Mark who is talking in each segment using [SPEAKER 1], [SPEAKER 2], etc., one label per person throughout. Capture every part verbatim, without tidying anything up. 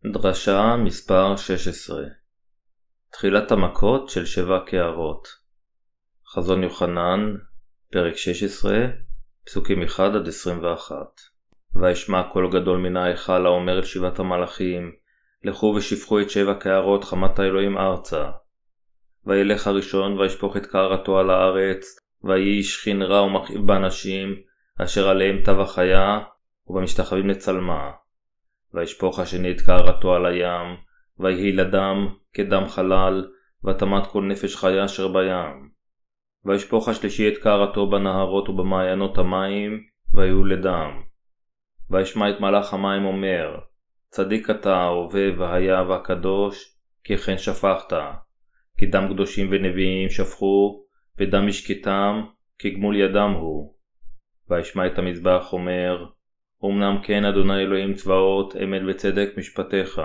[SPEAKER 1] דרשה מספר שש עשרה. תחילת המכות של שבע קערות. חזון יוחנן, פרק שש עשרה, פסוקים אחד עד עשרים ואחת. וישמע קול גדול מן ההיכל האומר אל שבעת המלאכים, לכו ושפכו את שבע קערות חמת האלוהים ארצה. וילך הראשון וישפוך את קערתו על הארץ, ויהי שכין רע ומכאיב באנשים, אשר עליהם טבע חיה, ובמשתחווים לצלמה. וישפוך השני את קערתו על הים, ויהי לדם כדם חלל, ותמת כל נפש חיה אשר בים. וישפוך השלישי את קערתו בנהרות ובמעיינות המים, ויהיו לדם. וישמע את מלאך המים אומר, צדיק אתה ההווה והיה והקדוש, כי כן שפכת, כי דם קדושים ונביאים שפכו, ודם משקתם, כי גמול ידם הוא. וישמע את המזבח אומר, אמנם כן אדוני אלוהים צבאות, אמת וצדק משפטיך.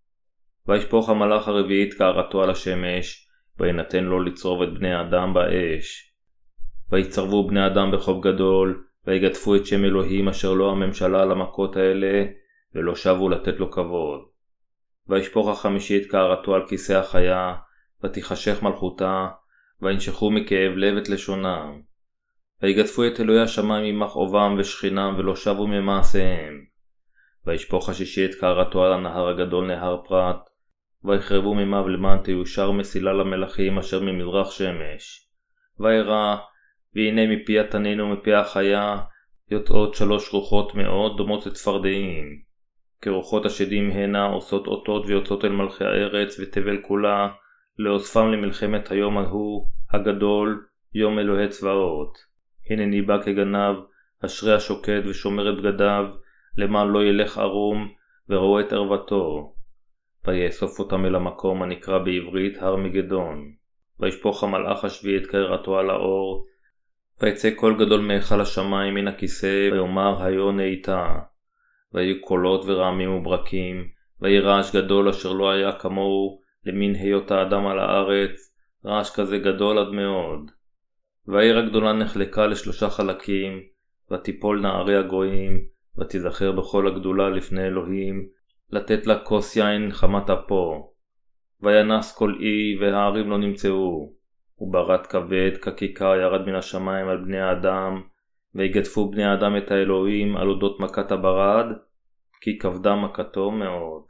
[SPEAKER 1] וישפוך המלאך הרביעי את קערתו על השמש, וינתן לו לצרוב את בני האדם באש. ויצרבו בני אדם בחוב גדול, ויגדפו את שם אלוהים אשר לו הממשלה למכות האלה, ולא שבו לתת לו כבוד. וישפוך החמישי את קערתו על כיסא החיה, ותיחשך מלכותה, וינשכו מכאב לב את לשונם. ויגדפו את אלוהי השמיים ממכאובם ושכינם, ולא שבו ממעשיהם. וישפוך השישי את קערתו על הנהר הגדול נהר פרת, ויחרבו מימיו למען תיושר מסילה למלכים אשר ממזרח שמש. וירא, והנה מפי התנין ומפי החיה יוצאות שלוש רוחות מאוד דומות לצפרדעים. כרוחות השדים הנה עושות אותות ויוצאות אל מלכי הארץ ותבל כולה, לאוספם למלחמת היום ההוא הגדול, יום אלוהי צבאות. הנני בא כגנב, אשרי השוקד ושומר את בגדיו, למען לא ילך ערום וראו את ערוותו. ויאסוף אותם אל המקום הנקרא בעברית הר מגדון. וישפוך המלאך השביעי את קערתו על האור, ויצא קול גדול מהיכל השמיים מן הכיסא, ויאמר היו נהייתה. ויהיו קולות ורעמים וברקים, ויהי רעש גדול אשר לא היה כמוהו למין היות האדם על הארץ, רעש כזה גדול עד מאוד. והעיר הגדולה נחלקה לשלושה חלקים, ותיפול נערי הגויים, ותיזכר בכל הגדולה לפני אלוהים, לתת לה כוס יין חמת אפו. וינס כל אי והערים לא נמצאו, וברד כבד ככיכר ירד מן השמיים על בני האדם, ויגדפו בני האדם את האלוהים על אודות מכת הברד, כי כבדה מכתו מאוד.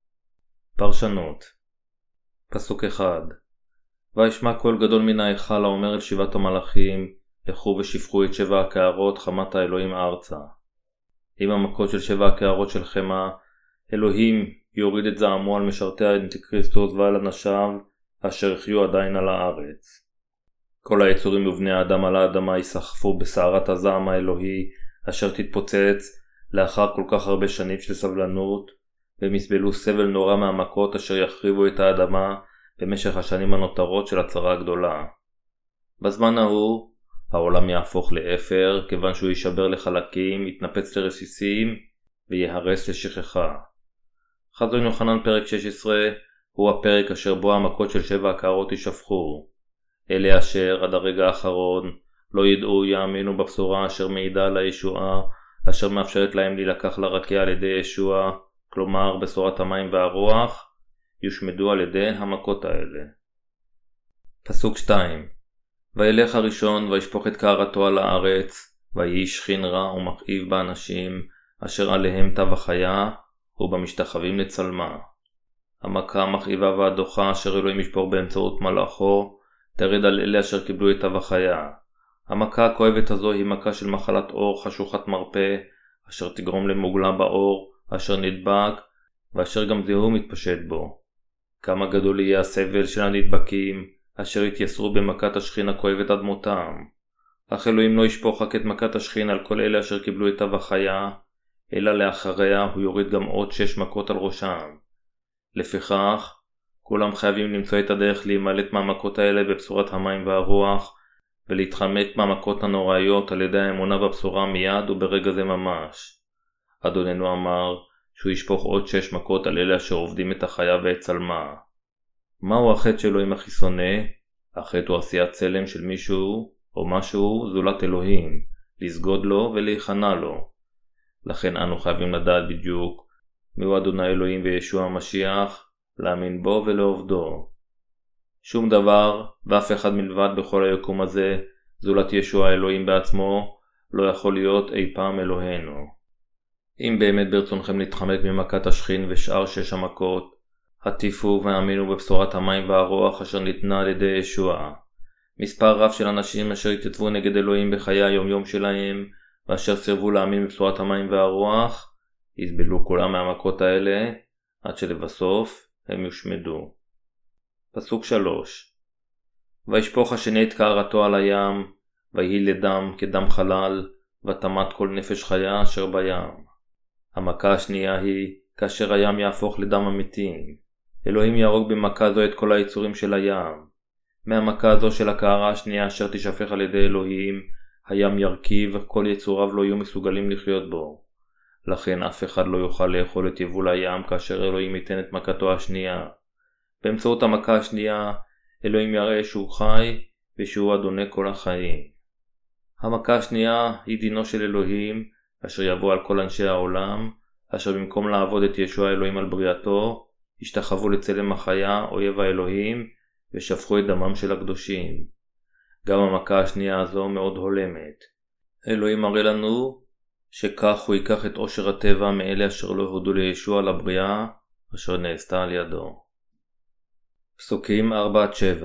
[SPEAKER 1] פרשנות. פסוק אחד. וישמע קול גדול מן ההיכל האומר אל שבעת המלאכים, לכו ושפכו את שבע הקערות חמת האלוהים ארצה. עם המכות של שבע הקערות של חמה, אלוהים יוריד את זעמו על משרתי האנטיקריסטוס ועל אנשיו, אשר יחיו עדיין על הארץ. כל היצורים ובני האדם על האדמה יסחפו בסערת הזעם האלוהי, אשר תתפוצץ לאחר כל כך הרבה שנים של סבלנות, והם יסבלו סבל נורא מהמכות אשר יחריבו את האדמה במשך השנים הנותרות של הצרה הגדולה. בזמן ההוא, העולם יהפוך לאפר, כיוון שהוא יישבר לחלקים, יתנפץ לרסיסים, ויהרס לשכחה. חזון יוחנן פרק שש עשרה הוא הפרק אשר בו המכות של שבע הקערות יישפכו. אלה אשר עד הרגע האחרון לא ידעו יאמינו בבשורה אשר מעידה על הישועה, אשר מאפשרת להם להילקח לרקיע על ידי ישוע, כלומר בשורת המים והרוח, יושמדו על ידי המכות האלה. פסוק שתיים. וילך הראשון וישפוך את קערתו על הארץ, ויהי שכין רע ומכאיב באנשים, אשר עליהם טבע חיה, ובמשתחווים לצלמה. המכה המכאיבה והדוחה אשר אלוהים ישפוך באמצעות מלאכו, תרד על אלה אשר קיבלו את טבע חיה. המכה הכואבת הזו היא מכה של מחלת אור חשוכת מרפא, אשר תגרום למוגלה באור, אשר נדבק, ואשר גם זיהום מתפשט בו. כמה גדול יהיה הסבל של הנדבקים, אשר התייסרו במכת השכין הכואבת עד מותם. אך אלוהים לא ישפוך רק את מכת השכין על כל אלה אשר קיבלו את טבע חיה, אלא לאחריה הוא יוריד גם עוד שש מכות על ראשם. לפיכך, כולם חייבים למצוא את הדרך להימלט מהמכות האלה בבשורת המים והרוח, ולהתחמק מהמכות הנוראיות על ידי האמונה בבשורה מיד וברגע זה ממש. אדוננו אמר שהוא ישפוך עוד שש מכות על אלה אשר עובדים את החיה ואת צלמה. מהו החטא שלו עם הכי שונא? החטא הוא עשיית צלם של מישהו או משהו זולת אלוהים, לסגוד לו ולהיכנע לו. לכן אנו חייבים לדעת בדיוק מיהו אדוני אלוהים וישוע המשיח, להאמין בו ולעובדו. שום דבר ואף אחד מלבד בכל היקום הזה, זולת ישוע האלוהים בעצמו, לא יכול להיות אי פעם אלוהינו. אם באמת ברצונכם להתחמק ממכת השכין ושאר שש המכות, הטיפו והאמינו בבשורת המים והרוח אשר ניתנה על ידי ישוע. מספר רב של אנשים אשר התייצבו נגד אלוהים בחיי היום-יום שלהם, ואשר סירבו להאמין בבשורת המים והרוח, יסבלו כולם מהמכות האלה, עד שלבסוף הם יושמדו. פסוק שלוש. וישפוך השני את קערתו על הים, ויהי לדם כדם חלל, ותמת כל נפש חיה אשר בים. המכה השנייה היא כאשר הים יהפוך לדם אמיתי. אלוהים יהרוג במכה זו את כל היצורים של הים. מהמכה זו של הקערה השנייה אשר תשפך על ידי אלוהים, הים ירכיב, כל יצוריו לא יהיו מסוגלים לחיות בו. לכן אף אחד לא יוכל לאכול את יבול הים כאשר אלוהים ייתן את מכתו השנייה. באמצעות המכה השנייה, אלוהים יראה שהוא חי ושהוא אדוני כל החיים. המכה השנייה היא דינו של אלוהים, אשר יבוא על כל אנשי העולם, אשר במקום לעבוד את ישוע האלוהים על בריאתו, השתחוו לצלם החיה, אויב האלוהים, ושפכו את דמם של הקדושים. גם המכה השנייה הזו מאוד הולמת. אלוהים מראה לנו שכך הוא ייקח את עושר הטבע מאלה אשר לא הודו לישוע לבריאה, אשר נעשתה על ידו. פסוקים ארבע עד שבע.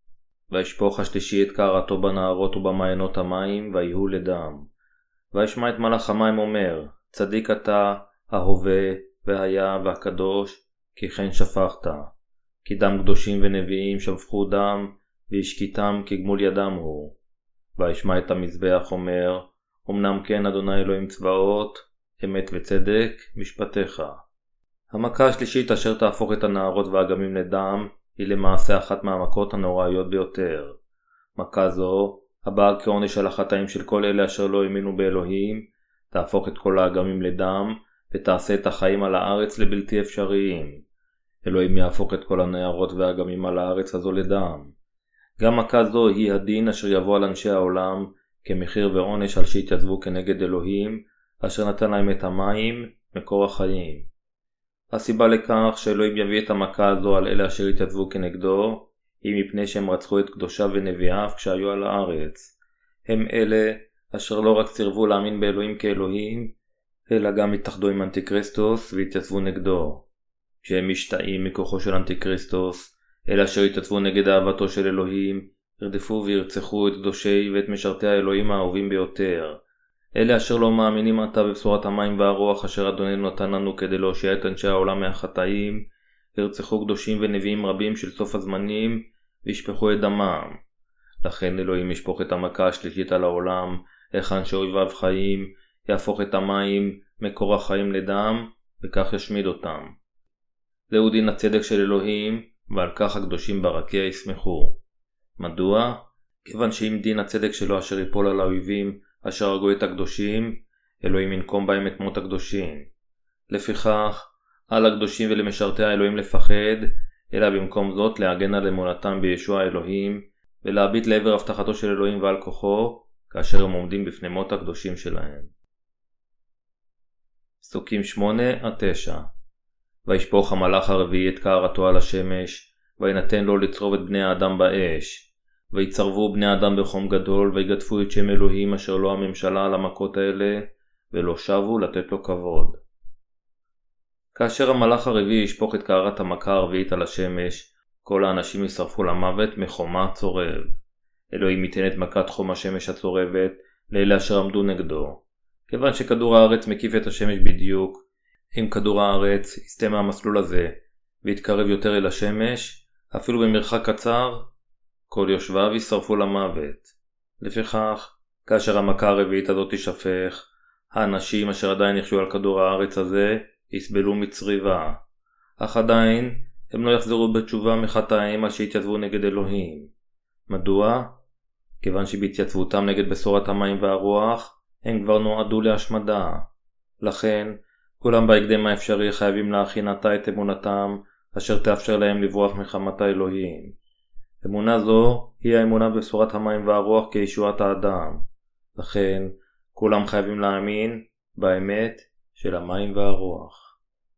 [SPEAKER 1] וישפוך השלישי את קערתו בנהרות ובמעיינות המים, ויהיו לדם. וישמע את מלאך המים אומר, צדיק אתה, ההווה, והיה, והקדוש, כי כן שפכת. כי דם קדושים ונביאים שפכו דם, והשקיתם כגמול ידם הוא. וישמע את המזבח אומר, אמנם כן אדוני אלוהים צבאות, אמת וצדק, משפטיך. המכה השלישית אשר תהפוך את הנהרות והאגמים לדם, היא למעשה אחת מהמכות הנוראיות ביותר. מכה זו, הבאה כעונש על החטאים של כל אלה אשר לא האמינו באלוהים, תהפוך את כל האגמים לדם, ותעשה את החיים על הארץ לבלתי אפשריים. אלוהים יהפוך את כל הנהרות והאגמים על הארץ הזו לדם. גם מכה זו היא הדין אשר יבוא על אנשי העולם, כמחיר ועונש על שהתייצבו כנגד אלוהים, אשר נתן להם את המים, מקור החיים. הסיבה לכך שאלוהים יביא את המכה הזו על אלה אשר התייצבו כנגדו, היא מפני שהם רצחו את קדושיו ונביאיו כשהיו על הארץ. הם אלה אשר לא רק סירבו להאמין באלוהים כאלוהים, אלא גם התאחדו עם אנטיקריסטוס והתייצבו נגדו. כשהם משתאים מכוחו של אנטיקריסטוס, אלה אשר התייצבו נגד אהבתו של אלוהים, ירדפו וירצחו את קדושי ואת משרתי האלוהים האהובים ביותר. אלה אשר לא מאמינים עתה בבשורת המים והרוח אשר אדוננו נתן לנו כדי להושיע את אנשי העולם מהחטאים, ירצחו קדושים ונביאים רבים של סוף הזמנים וישפכו את דמם. לכן אלוהים ישפוך את המכה השלישית על העולם, היכן שאויביו חיים, יהפוך את המים מקור החיים לדם, וכך ישמיד אותם. זהו דין הצדק של אלוהים, ועל כך הקדושים ברקיע ישמחו. מדוע? כיוון שאם דין הצדק שלו אשר ייפול על האויבים אשר הרגו את הקדושים, אלוהים ינקום בהם את מות הקדושים. לפיכך, על הקדושים ולמשרתי האלוהים לפחד, אלא במקום זאת להגן על אמונתם בישוע האלוהים, ולהביט לעבר הבטחתו של אלוהים ועל כוחו, כאשר הם עומדים בפני מות הקדושים שלהם. פסוקים שמונה עד תשע. וישפוך המלאך הרביעי את קערתו על השמש, וינתן לו לצרוב את בני האדם באש. ויצרבו בני האדם בחום גדול, ויגדפו את שם אלוהים אשר לא הממשלה על המכות האלה, ולא שבו לתת לו כבוד. כאשר המלאך הרביעי ישפוך את קערת המכה הרביעית על השמש, כל האנשים ישרפו למוות מחומה צורב. אלוהים ייתן את מכת חום השמש הצורבת לאלה אשר עמדו נגדו. כיוון שכדור הארץ מקיף את השמש בדיוק, אם כדור הארץ יסטה מהמסלול הזה ויתקרב יותר אל השמש, אפילו במרחק קצר, כל יושביו ישרפו למוות. לפיכך, כאשר המכה הרביעית הזאת תשפך, האנשים אשר עדיין יחיו על כדור הארץ הזה יסבלו מצריבה. אך עדיין הם לא יחזרו בתשובה מחטאים על שהתייצבו נגד אלוהים. מדוע? כיוון שבהתייצבותם נגד בשורת המים והרוח, הם כבר נועדו להשמדה. לכן, כולם בהקדם האפשרי חייבים להכין עתה את אמונתם, אשר תאפשר להם לברוח מחמת האלוהים. אמונה זו היא האמונה בבשורת המים והרוח כישועת האדם. לכן, כולם חייבים להאמין באמת של המים והרוח.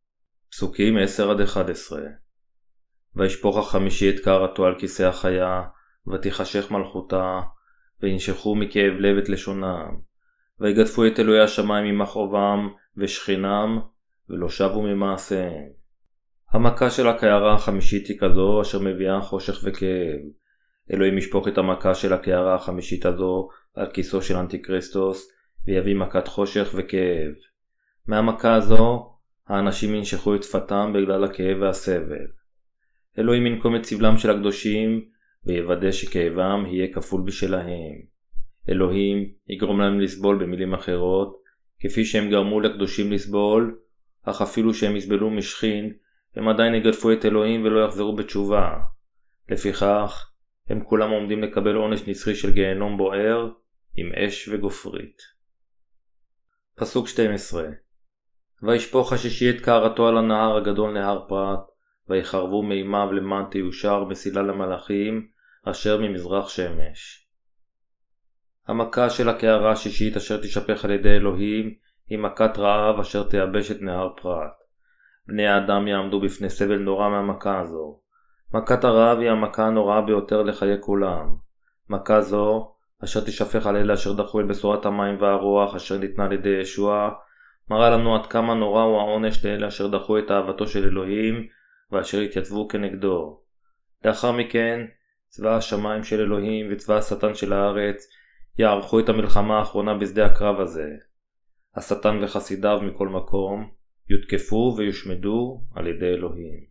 [SPEAKER 1] פסוקים עשר עד אחד עשרה. וישפוך החמישי את קערתו על כיסא החיה, ותיחשך מלכותה, וינשכו מכאב לב את לשונם, ויגדפו את אלוהי השמיים ממכאובם ושכינם, ולא שבו ממעשיהם. המכה של הקערה החמישית היא כזו אשר מביאה חושך וכאב. אלוהים ישפוך את המכה של הקערה החמישית הזו על כיסו של אנטיקריסטוס, ויביא מכת חושך וכאב. מהמכה הזו האנשים ינשכו את שפתם בגלל הכאב והסבל. אלוהים ינקום את סבלם של הקדושים, ויוודא שכאבם יהיה כפול בשלהם. אלוהים יגרום להם לסבול במילים אחרות, כפי שהם גרמו לקדושים לסבול, אך אפילו שהם יסבלו משכין, הם עדיין יגדפו את אלוהים ולא יחזרו בתשובה. לפיכך, הם כולם עומדים לקבל עונש נצחי של גיהנום בוער, עם אש וגופרית. פסוק שתים עשרה. וישפוך השישי את קערתו על הנהר הגדול נהר פרת, ויחרבו מימיו למען תיושר מסילה למלאכים, אשר ממזרח שמש. המכה של הקערה השישית אשר תשפך על ידי אלוהים, היא מכת רעב אשר תייבש את נהר פרת. בני האדם יעמדו בפני סבל נורא מהמכה הזו. מכת הרעב היא המכה הנוראה ביותר לחיי כולם. מכה זו, אשר תשפך על אלה אשר דחו את בשורת המים והרוח אשר ניתנה על ידי ישוע, מראה לנו עד כמה נורא הוא העונש לאלה אשר דחו את אהבתו של אלוהים, ואשר התייצבו כנגדו. לאחר מכן, צבא השמיים של אלוהים וצבא השטן של הארץ יערכו את המלחמה האחרונה בשדה הקרב הזה. השטן וחסידיו מכל מקום יותקפו ויושמדו על ידי אלוהים.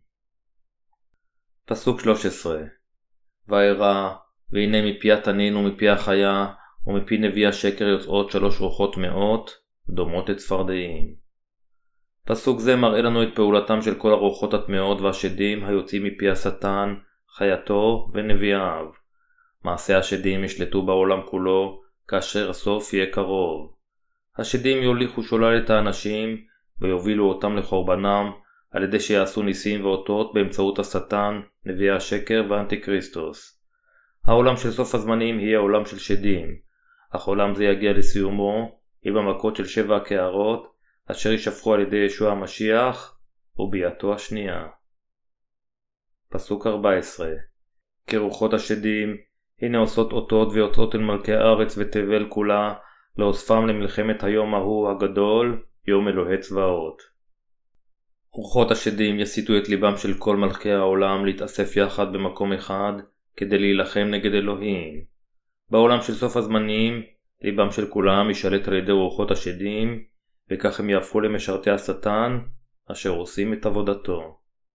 [SPEAKER 1] פסוק שלוש עשרה. וארא, והנה מפי התנין ומפי החיה ומפי נביא השקר יוצאות שלוש רוחות מאות, דומות לצפרדעים. פסוק זה מראה לנו את פעולתם של כל הרוחות הטמעות והשדים היוצאים מפי השטן, חייתו ונביאיו. מעשי השדים ישלטו בעולם כולו, כאשר הסוף יהיה קרוב. השדים יוליכו שולל את האנשים, ויובילו אותם לחורבנם, על ידי שיעשו ניסים ואותות באמצעות השטן, נביאי השקר ואנטיקריסטוס. העולם של סוף הזמנים יהיה עולם של שדים, אך עולם זה יגיע לסיומו, עם המכות של שבע הקערות, אשר ישפכו על ידי ישוע המשיח, וביאתו השנייה. פסוק ארבע עשרה. כרוחות השדים, הנה עושות אותות ויוצאות אל מלכי הארץ ותבל כולה, לאוספם למלחמת היום ההוא הגדול, יום אלוהי צבאות. רוחות השדים יסיטו את ליבם של כל מלכי העולם להתאסף יחד במקום אחד, כדי להילחם נגד אלוהים. בעולם של סוף הזמנים, ליבם של כולם ישלט על ידי רוחות השדים, וכך הם יהפכו למשרתי השטן, אשר עושים את עבודתו.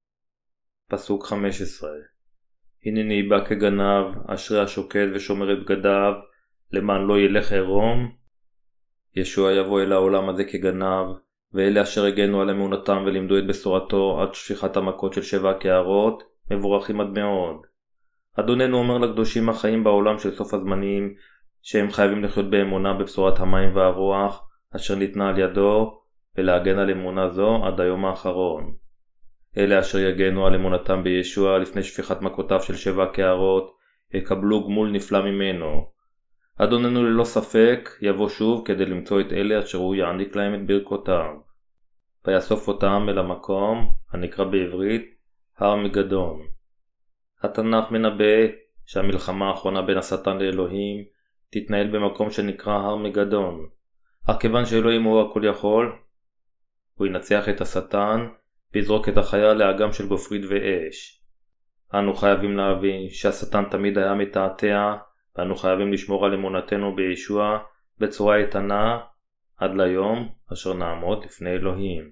[SPEAKER 1] פסוק חמש עשרה. הנני בא כגנב, אשרי השוקד ושומר את בגדיו, למען לא ילך עירום. ישוע יבוא אל העולם הזה כגנב, ואלה אשר הגנו על אמונתם ולימדו את בשורתו עד שפיכת המכות של שבע הקערות, מבורכים עד מאוד. אדוננו אומר לקדושים החיים בעולם של סוף הזמנים, שהם חייבים לחיות באמונה בבשורת המים והרוח, אשר ניתנה על ידו, ולהגן על אמונה זו עד היום האחרון. אלה אשר יגנו על אמונתם בישוע לפני שפיכת מכותיו של שבע הקערות, יקבלו גמול נפלא ממנו. אדוננו ללא ספק יבוא שוב כדי למצוא את אלה אשר הוא יעניק להם את ברכותיו. ויאסוף אותם אל המקום הנקרא בעברית הר מגדון. התנ"ך מנבא שהמלחמה האחרונה בין השטן לאלוהים תתנהל במקום שנקרא הר מגדון. אך כיוון שאלוהים הוא הכל יכול, הוא ינצח את השטן ויזרוק את החיה לאגם של גופרית ואש. אנו חייבים להבין שהשטן תמיד היה מתעתע, ואנו חייבים לשמור על אמונתנו בישוע בצורה איתנה עד ליום אשר נעמוד לפני אלוהים.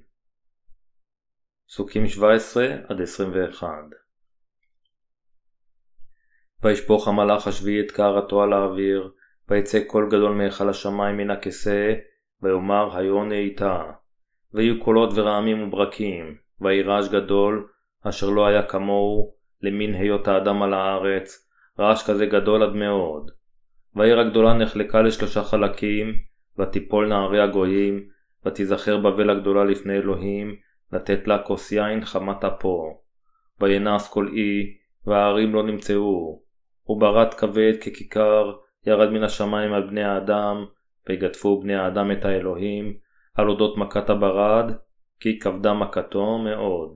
[SPEAKER 1] פסוקים שבע עשרה עד עשרים ואחת. וישפוך המלאך השביעי את קערתו על האוויר, ויצא קול גדול מהיכל השמיים מן הכיסא, ויאמר היו נהייתה. ויהיו קולות ורעמים וברקים, ויהי רעש גדול, אשר לא היה כמוהו, למין היות האדם על הארץ, רעש כזה גדול עד מאוד. והעיר הגדולה נחלקה לשלושה חלקים, ותיפול נערי הגויים, ותיזכר בבל הגדולה לפני אלוהים, לתת לה כוס יין חמת אפו. וינעש כל אי, והערים לא נמצאו. וברד כבד ככיכר, ירד מן השמיים על בני האדם, ויגדפו בני האדם את האלוהים, על אודות מכת הברד, כי כבדה מכתו מאוד.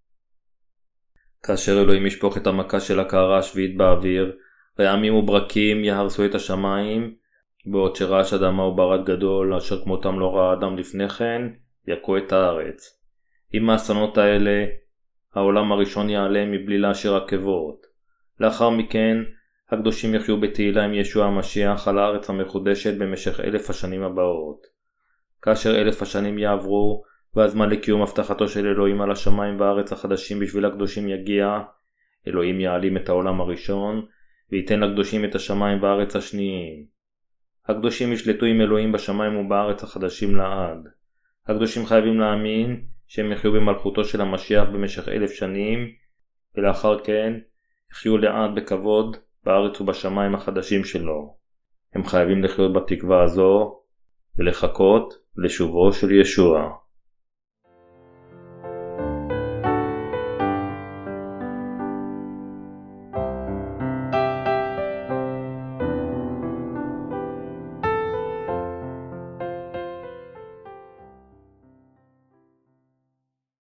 [SPEAKER 1] כאשר אלוהים ישפוך את המכה של הקערה השביעית באוויר, רעמים וברקים יהרסו את השמיים, בעוד שרעש אדמה וברד גדול, אשר כמותם לא ראה אדם לפני כן, יכו את הארץ. עם האסונות האלה, העולם הראשון ייעלם מבלי להשאיר עקבות. לאחר מכן, הקדושים יחיו בתהילה עם ישוע המשיח על הארץ המחודשת במשך אלף השנים הבאות. כאשר אלף השנים יעברו, והזמן לקיום הבטחתו של אלוהים על השמיים והארץ החדשים בשביל הקדושים יגיע, אלוהים יעלים את העולם הראשון, וייתן לקדושים את השמיים והארץ השניים. הקדושים ישלטו עם אלוהים בשמיים ובארץ החדשים לעד. הקדושים חייבים להאמין שהם יחיו במלכותו של המשיח במשך אלף שנים, ולאחר כן יחיו לעד בכבוד בארץ ובשמיים החדשים שלו. הם חייבים לחיות בתקווה הזו ולחכות לשובו של ישוע.